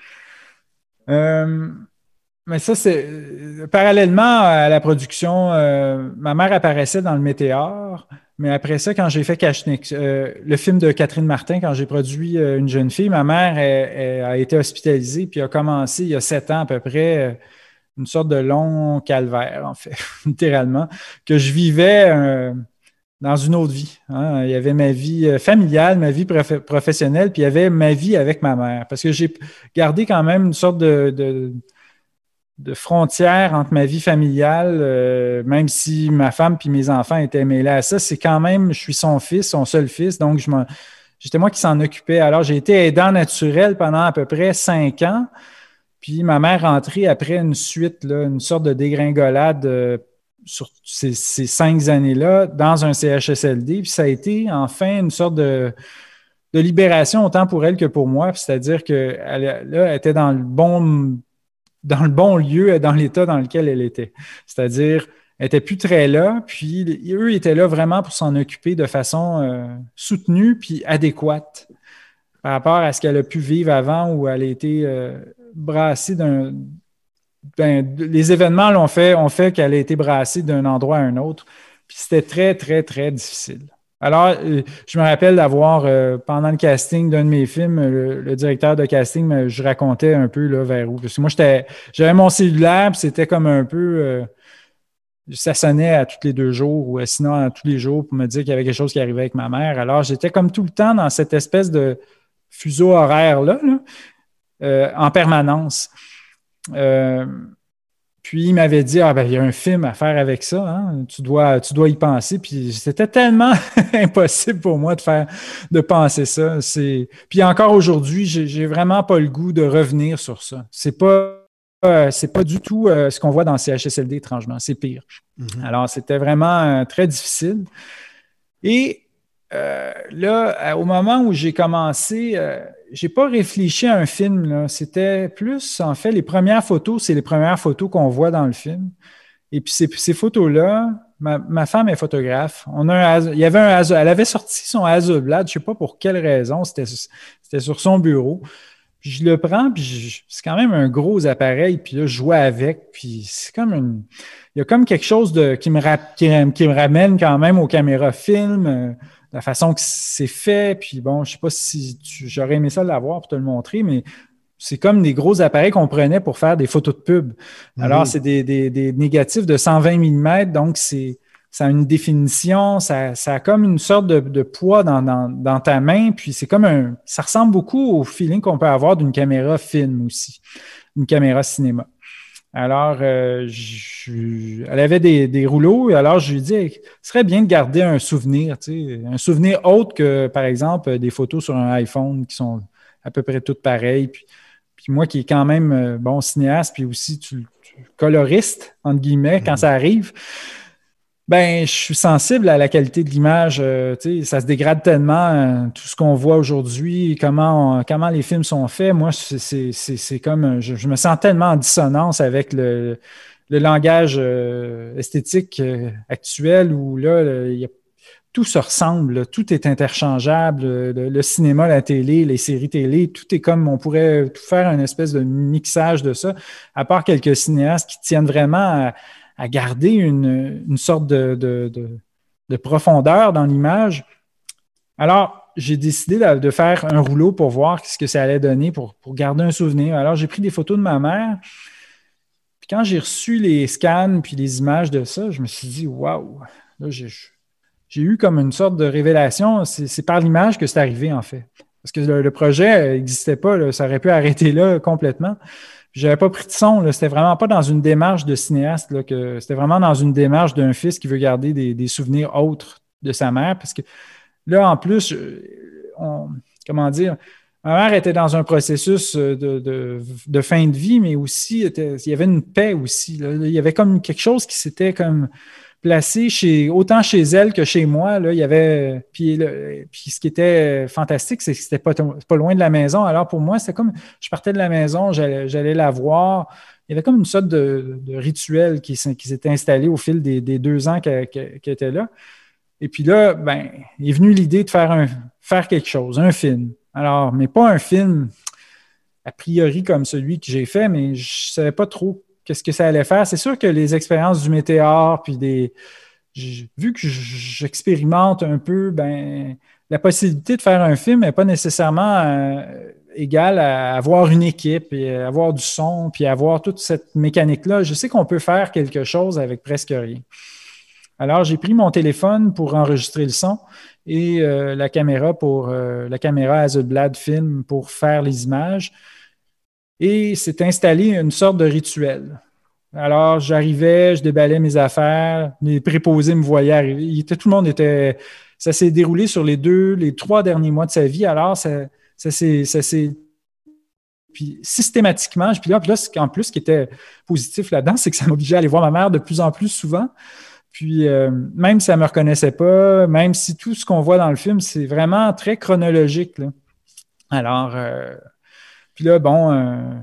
Mais ça, c'est parallèlement à la production, ma mère apparaissait dans Le Météore, mais après ça, quand j'ai fait Cache Nexus, le film de Catherine Martin, quand j'ai produit Une jeune fille, ma mère a été hospitalisée, puis a commencé il y a 7 ans à peu près une sorte de long calvaire, en fait, littéralement, que je vivais dans une autre vie. Hein. Il y avait ma vie familiale, ma vie professionnelle, puis il y avait ma vie avec ma mère, parce que j'ai gardé quand même une sorte de frontière entre ma vie familiale, même si ma femme puis mes enfants étaient mêlés à ça, c'est quand même, je suis son fils, son seul fils, donc j'étais moi qui s'en occupais. Alors, j'ai été aidant naturel pendant à peu près 5 ans, puis ma mère rentrait après une suite, là, une sorte de dégringolade sur ces 5 années-là dans un CHSLD, puis ça a été enfin une sorte de libération autant pour elle que pour moi, c'est-à-dire qu'elle était dans le bon lieu, dans l'état dans lequel elle était. C'est-à-dire, Elle n'était plus très là, puis eux étaient là vraiment pour s'en occuper de façon soutenue puis adéquate par rapport à ce qu'elle a pu vivre avant où elle a été brassée les événements ont fait qu'elle a été brassée d'un endroit à un autre. Puis c'était très, très, très difficile. Alors, je me rappelle d'avoir, pendant le casting d'un de mes films, le directeur de casting, je racontais un peu là, vers où. Parce que moi, j'avais mon cellulaire, puis c'était comme un peu. Ça sonnait à tous les 2 jours ou sinon à tous les jours pour me dire qu'il y avait quelque chose qui arrivait avec ma mère. Alors, j'étais comme tout le temps dans cette espèce de fuseau horaire-là, en permanence. Puis il m'avait dit, il y a un film à faire avec ça, hein? Tu dois y penser. Puis c'était tellement impossible pour moi de penser ça. Puis encore aujourd'hui, j'ai vraiment pas le goût de revenir sur ça. C'est pas du tout ce qu'on voit dans CHSLD, étrangement. C'est pire. Mm-hmm. Alors, c'était vraiment très difficile. Et là, au moment où j'ai commencé, j'ai pas réfléchi à un film, là. C'était plus, en fait, les premières photos, c'est les premières photos qu'on voit dans le film. Et puis ces photos-là, ma femme est photographe. Elle avait sorti son Hasselblad, je sais pas pour quelle raison, c'était sur son bureau. Puis je le prends, puis c'est quand même un gros appareil, puis là, je jouais avec, puis c'est comme il y a comme quelque chose qui me ramène quand même aux caméras film, la façon que c'est fait, puis bon, je sais pas si j'aurais aimé ça l'avoir pour te le montrer, mais c'est comme des gros appareils qu'on prenait pour faire des photos de pub. Alors, c'est des négatifs de 120 mm, donc ça a une définition, ça a comme une sorte de poids dans ta main, puis c'est comme ça ressemble beaucoup au feeling qu'on peut avoir d'une caméra film aussi, une caméra cinéma. Alors, elle avait des rouleaux, et alors je lui ai dit, ce serait bien de garder un souvenir, tu sais, un souvenir autre que, par exemple, des photos sur un iPhone qui sont à peu près toutes pareilles. Puis moi qui est quand même bon cinéaste, puis aussi coloriste, entre guillemets, quand ça arrive, je suis sensible à la qualité de l'image. Tu sais, ça se dégrade tellement, tout ce qu'on voit aujourd'hui, comment les films sont faits. Moi, c'est comme, je me sens tellement en dissonance avec le langage esthétique actuel où là, tout se ressemble, là, tout est interchangeable. Le cinéma, la télé, les séries télé, tout est comme, on pourrait tout faire une espèce de mixage de ça, à part quelques cinéastes qui tiennent vraiment à garder une sorte de profondeur dans l'image. Alors, j'ai décidé de faire un rouleau pour voir ce que ça allait donner pour garder un souvenir. Alors, j'ai pris des photos de ma mère. Puis quand j'ai reçu les scans puis les images de ça, je me suis dit, waouh! Là, j'ai eu comme une sorte de révélation. C'est par l'image que c'est arrivé, en fait. Parce que le projet n'existait pas. Là, ça aurait pu arrêter là complètement. J'avais pas pris de son, là. C'était vraiment pas dans une démarche de cinéaste, là, c'était vraiment dans une démarche d'un fils qui veut garder des souvenirs autres de sa mère. Parce que là, en plus, comment dire, ma mère était dans un processus de fin de vie, mais aussi, il y avait une paix aussi, là. Il y avait comme quelque chose qui s'était comme placé autant chez elle que chez moi. Là, il y avait. Puis ce qui était fantastique, c'est que c'était pas loin de la maison. Alors pour moi, c'était comme je partais de la maison, j'allais la voir. Il y avait comme une sorte de rituel qui s'était installé au fil des 2 ans qu'elle était là. Et puis là, il est venu l'idée de faire quelque chose, un film. Alors, mais pas un film a priori comme celui que j'ai fait, mais je savais pas trop qu'est-ce que ça allait faire. C'est sûr que les expériences du météore, puis vu que j'expérimente un peu, la possibilité de faire un film n'est pas nécessairement égale à avoir une équipe et avoir du son, puis avoir toute cette mécanique-là. Je sais qu'on peut faire quelque chose avec presque rien. Alors, j'ai pris mon téléphone pour enregistrer le son et la caméra Hasselblad Film pour faire les images. Et c'est installé une sorte de rituel. Alors, j'arrivais, je déballais mes affaires, les préposés me voyaient arriver. Tout le monde était... Ça s'est déroulé sur les 3 derniers mois de sa vie. Alors, ça s'est... Puis systématiquement, puis là, en plus, ce qui était positif là-dedans, c'est que ça m'obligeait à aller voir ma mère de plus en plus souvent. Puis, même si elle ne me reconnaissait pas, même si tout ce qu'on voit dans le film, c'est vraiment très chronologique, là. Alors... Puis là, tout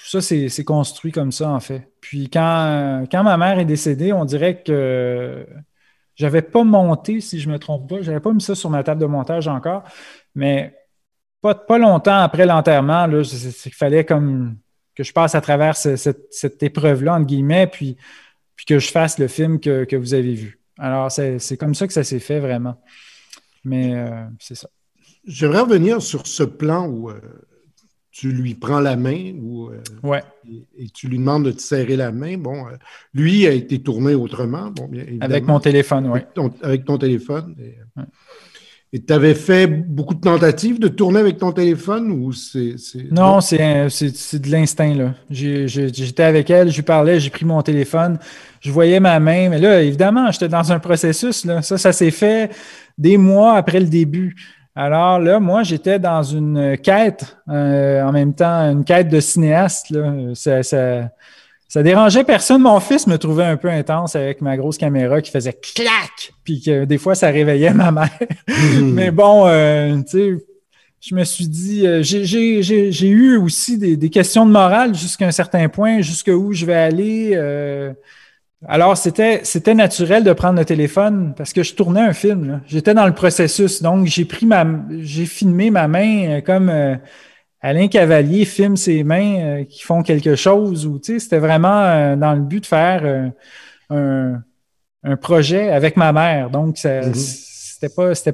tout ça, c'est construit comme ça, en fait. Puis quand ma mère est décédée, on dirait que j'avais pas monté, si je me trompe pas, j'avais pas mis ça sur ma table de montage encore, mais pas longtemps après l'enterrement, là, c'est qu'il fallait comme que je passe à travers cette épreuve-là, entre guillemets, puis que je fasse le film que vous avez vu. Alors, c'est comme ça que ça s'est fait vraiment. Mais c'est ça. J'aimerais revenir sur ce plan où tu lui prends la main Ouais. et tu lui demandes de te serrer la main. Bon, lui a été tourné autrement. Bon, bien évidemment. Avec mon téléphone, oui. Avec ton téléphone. Et tu avais fait beaucoup de tentatives de tourner avec ton téléphone ou c'est... Non, c'est de l'instinct, là. J'étais avec elle, je lui parlais, j'ai pris mon téléphone, je voyais ma main, mais là, évidemment, j'étais dans un processus, là. Ça s'est fait des mois après le début. Alors là, moi, j'étais dans une quête, en même temps, une quête de cinéaste, là. Ça dérangeait personne. Mon fils me trouvait un peu intense avec ma grosse caméra qui faisait clac, puis que des fois, ça réveillait ma mère. Mais bon, tu sais, je me suis dit, j'ai eu aussi des questions de morale jusqu'à un certain point, jusqu'où je vais aller. Alors, c'était naturel de prendre le téléphone parce que je tournais un film, là. J'étais dans le processus. Donc, j'ai filmé ma main comme Alain Cavalier filme ses mains qui font quelque chose. Ou, tu sais, c'était vraiment dans le but de faire un projet avec ma mère. Donc, c'était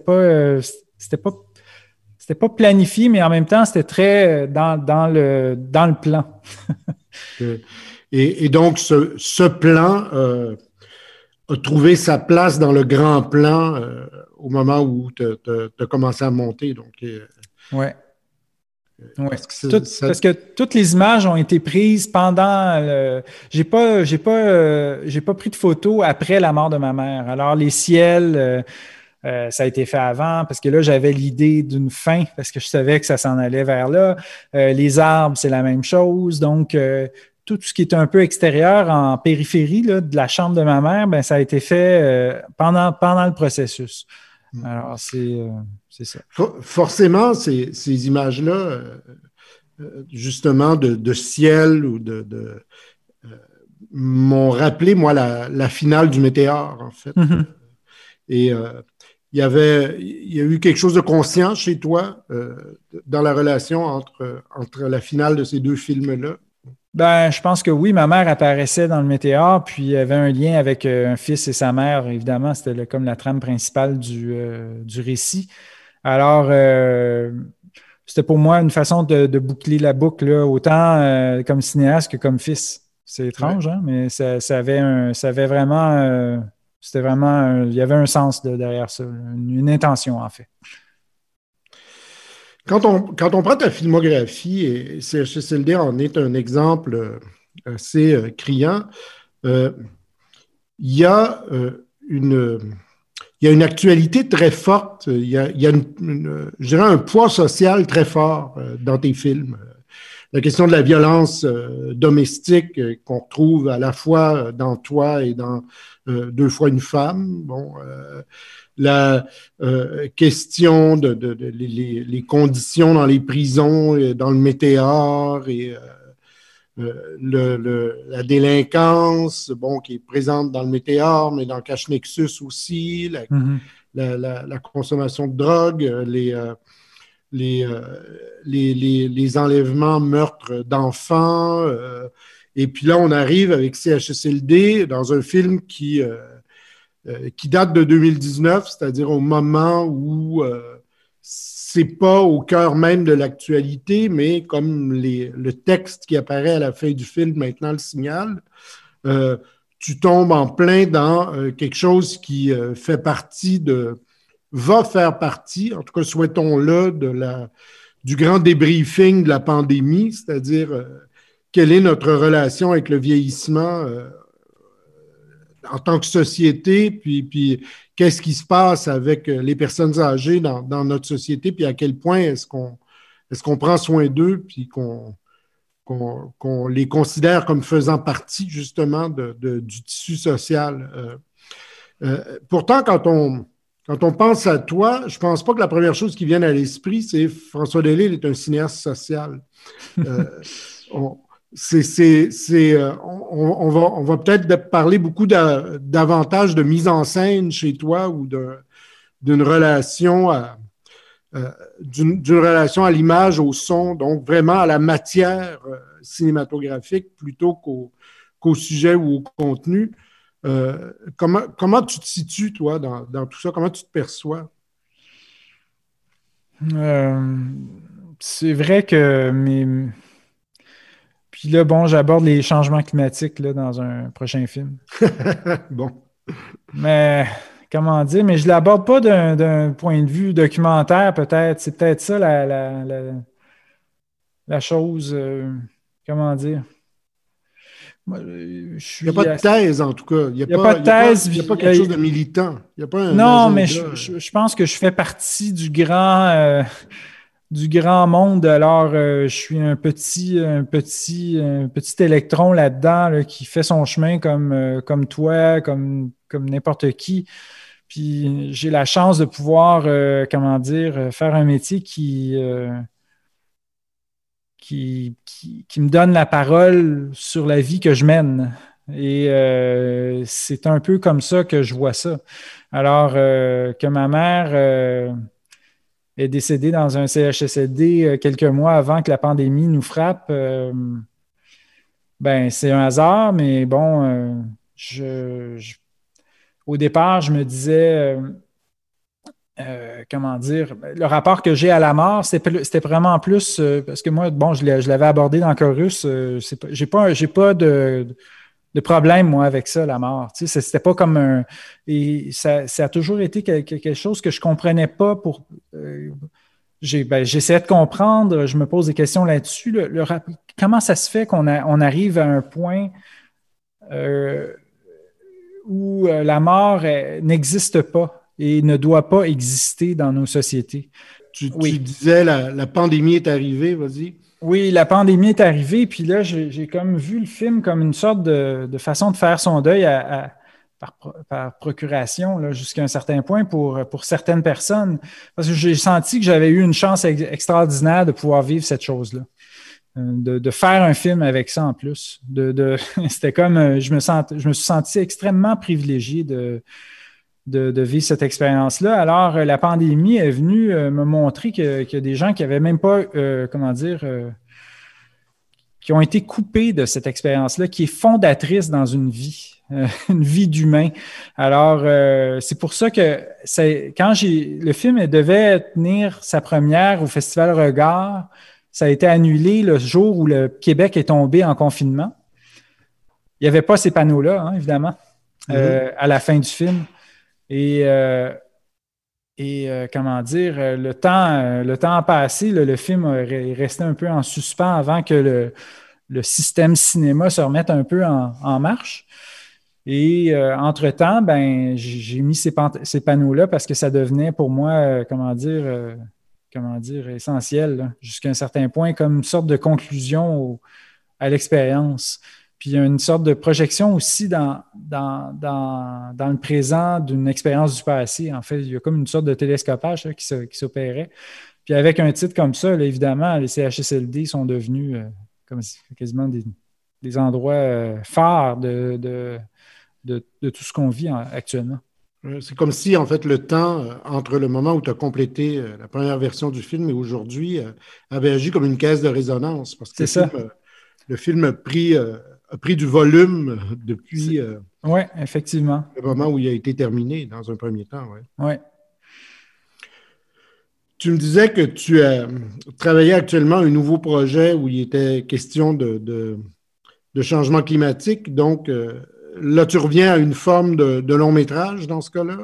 pas planifié, mais en même temps, c'était très dans le plan. Et donc, ce plan a trouvé sa place dans le grand plan au moment où tu as commencé à monter. Donc, ouais. Parce que toutes les images ont été prises pendant j'ai pas pris de photos après la mort de ma mère. Alors, les ciels, ça a été fait avant parce que là, j'avais l'idée d'une fin parce que je savais que ça s'en allait vers là. Les arbres, c'est la même chose. Donc, tout ce qui est un peu extérieur en périphérie là, de la chambre de ma mère, ben, ça a été fait pendant le processus. Alors, c'est ça. Forcément, ces images-là, justement, de ciel ou m'ont rappelé, moi, la finale du Météore, en fait. Mm-hmm. Et il y a eu quelque chose de conscient chez toi dans la relation entre la finale de ces deux films-là? Ben, je pense que oui, ma mère apparaissait dans le Météore, puis il y avait un lien avec un fils et sa mère, évidemment, c'était comme la trame principale du récit. Alors, c'était pour moi une façon de boucler la boucle, là, autant comme cinéaste que comme fils. C'est étrange, ouais. Hein, mais ça avait vraiment, c'était vraiment, il y avait un sens derrière ça, une intention en fait. Quand on prend ta filmographie, et CHSLD en est un exemple assez criant, il y a une actualité très forte, il y a je dirais un poids social très fort dans tes films. La question de la violence domestique qu'on retrouve à la fois dans Toi et dans Deux fois une femme. Bon, la question les conditions dans les prisons, dans le Météore et la délinquance, bon, qui est présente dans le Météore, mais dans Cache Nexus aussi, la consommation de drogue, les enlèvements, meurtres d'enfants. Et puis là, on arrive avec CHSLD dans un film qui date de 2019, c'est-à-dire au moment où c'est pas au cœur même de l'actualité, mais comme le texte qui apparaît à la fin du film maintenant le signale, tu tombes en plein dans quelque chose qui va faire partie, en tout cas souhaitons-le, du grand débriefing de la pandémie, c'est-à-dire quelle est notre relation avec le vieillissement en tant que société, puis qu'est-ce qui se passe avec les personnes âgées dans notre société, puis à quel point est-ce qu'on prend soin d'eux, puis qu'on les considère comme faisant partie justement du tissu social. Pourtant, quand on pense à toi, je ne pense pas que la première chose qui vienne à l'esprit, c'est François Delisle est un cinéaste social. on va peut-être parler beaucoup davantage de mise en scène chez toi ou d'une relation d'une relation à l'image, au son, donc vraiment à la matière cinématographique plutôt qu'au sujet ou au contenu. Comment tu te situes, toi, dans tout ça? Comment tu te perçois? C'est vrai que Puis là, bon, j'aborde les changements climatiques là, dans un prochain film. Bon. Mais, comment dire, mais je ne l'aborde pas d'un point de vue documentaire, peut-être. C'est peut-être ça la chose, comment dire. Moi, Il n'y a pas de thèse, en tout cas. Il n'y a pas de thèse. Il n'y a pas quelque chose de militant. Il n'y a pas un non, agenda. mais je pense que je fais partie du grand monde. Alors, je suis un petit électron là-dedans là, qui fait son chemin comme toi, comme n'importe qui. Puis j'ai la chance de pouvoir, faire un métier qui me donne la parole sur la vie que je mène. Et c'est un peu comme ça que je vois ça. Alors, que ma mère est décédée dans un CHSLD quelques mois avant que la pandémie nous frappe, c'est un hasard, mais bon, au départ, je me disais, le rapport que j'ai à la mort, c'était vraiment plus, parce que moi, bon, je l'avais abordé dans Chorus, j'ai pas de problème, moi, avec ça, la mort. Tu sais, c'était pas comme un... Et ça a toujours été quelque chose que je comprenais pas j'essayais de comprendre, je me pose des questions là-dessus. Comment ça se fait qu'on arrive à un point où la mort n'existe pas et ne doit pas exister dans nos sociétés? Tu disais la pandémie est arrivée, vas-y. Oui, la pandémie est arrivée, puis là, j'ai comme vu le film comme une sorte de façon de faire son deuil par procuration, jusqu'à un certain point pour certaines personnes. Parce que j'ai senti que j'avais eu une chance extraordinaire de pouvoir vivre cette chose-là. De faire un film avec ça en plus. C'était comme, je me suis senti extrêmement privilégié de vivre cette expérience-là. Alors, la pandémie est venue me montrer qu'il y a des gens qui n'avaient même pas, qui ont été coupés de cette expérience-là, qui est fondatrice dans une vie d'humain. Alors, c'est pour ça que le film devait tenir sa première au Festival Regard, ça a été annulé le jour où le Québec est tombé en confinement. Il n'y avait pas ces panneaux-là, hein, évidemment, à la fin du film. Et le temps a passé, le film est resté un peu en suspens avant que le système cinéma se remette un peu en marche. Et entre-temps, j'ai mis ces panneaux-là parce que ça devenait pour moi, essentiel, là, jusqu'à un certain point, comme une sorte de conclusion à l'expérience. Puis il y a une sorte de projection aussi dans le présent d'une expérience du passé. En fait, il y a comme une sorte de télescopage là, qui s'opérait. Puis avec un titre comme ça, là, évidemment, les CHSLD sont devenus comme quasiment des endroits phares de tout ce qu'on vit actuellement. C'est comme si, en fait, le temps entre le moment où tu as complété la première version du film et aujourd'hui avait agi comme une caisse de résonance. Parce que le film a pris du volume depuis effectivement. le moment où il a été terminé, dans un premier temps. Oui. Tu me disais que tu travaillais actuellement à un nouveau projet où il était question de changement climatique. Donc, là, tu reviens à une forme de long métrage dans ce cas-là?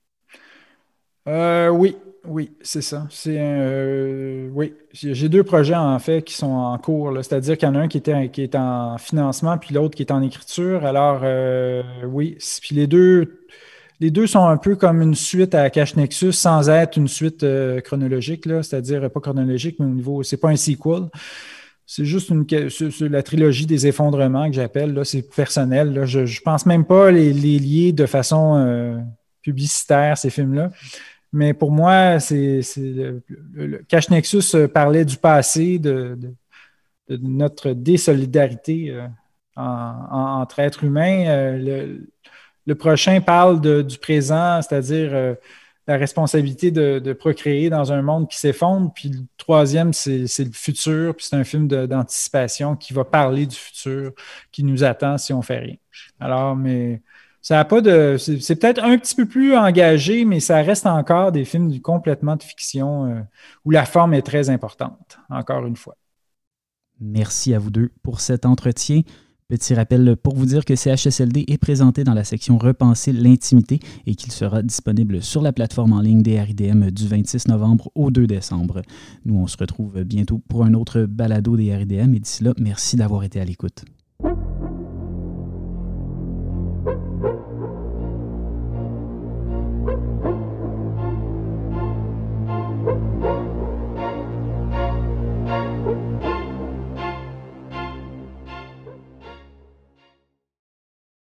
Oui, c'est ça. Oui, j'ai deux projets en fait qui sont en cours. Là. C'est-à-dire qu'il y en a un qui est en financement, puis l'autre qui est en écriture. Alors, oui. Puis les deux sont un peu comme une suite à Cache Nexus sans être une suite chronologique, là. C'est-à-dire pas chronologique, mais au niveau, c'est pas un sequel. C'est juste la trilogie des effondrements que j'appelle. Là, c'est personnel. Là. Je pense même pas les lier de façon publicitaire, ces films-là. Mais pour moi, le Cache Nexus parlait du passé, notre désolidarité entre êtres humains. Le prochain parle du présent, c'est-à-dire la responsabilité de procréer dans un monde qui s'effondre. Puis le troisième, c'est le futur. Puis c'est un film d'anticipation qui va parler du futur qui nous attend si on fait rien. Alors, mais ça a pas de. C'est peut-être un petit peu plus engagé, mais ça reste encore des films complètement de fiction où la forme est très importante, encore une fois. Merci à vous deux pour cet entretien. Petit rappel pour vous dire que CHSLD est présenté dans la section Repenser l'intimité et qu'il sera disponible sur la plateforme en ligne des RIDM du 26 novembre au 2 décembre. Nous, on se retrouve bientôt pour un autre balado des RIDM et d'ici là, merci d'avoir été à l'écoute.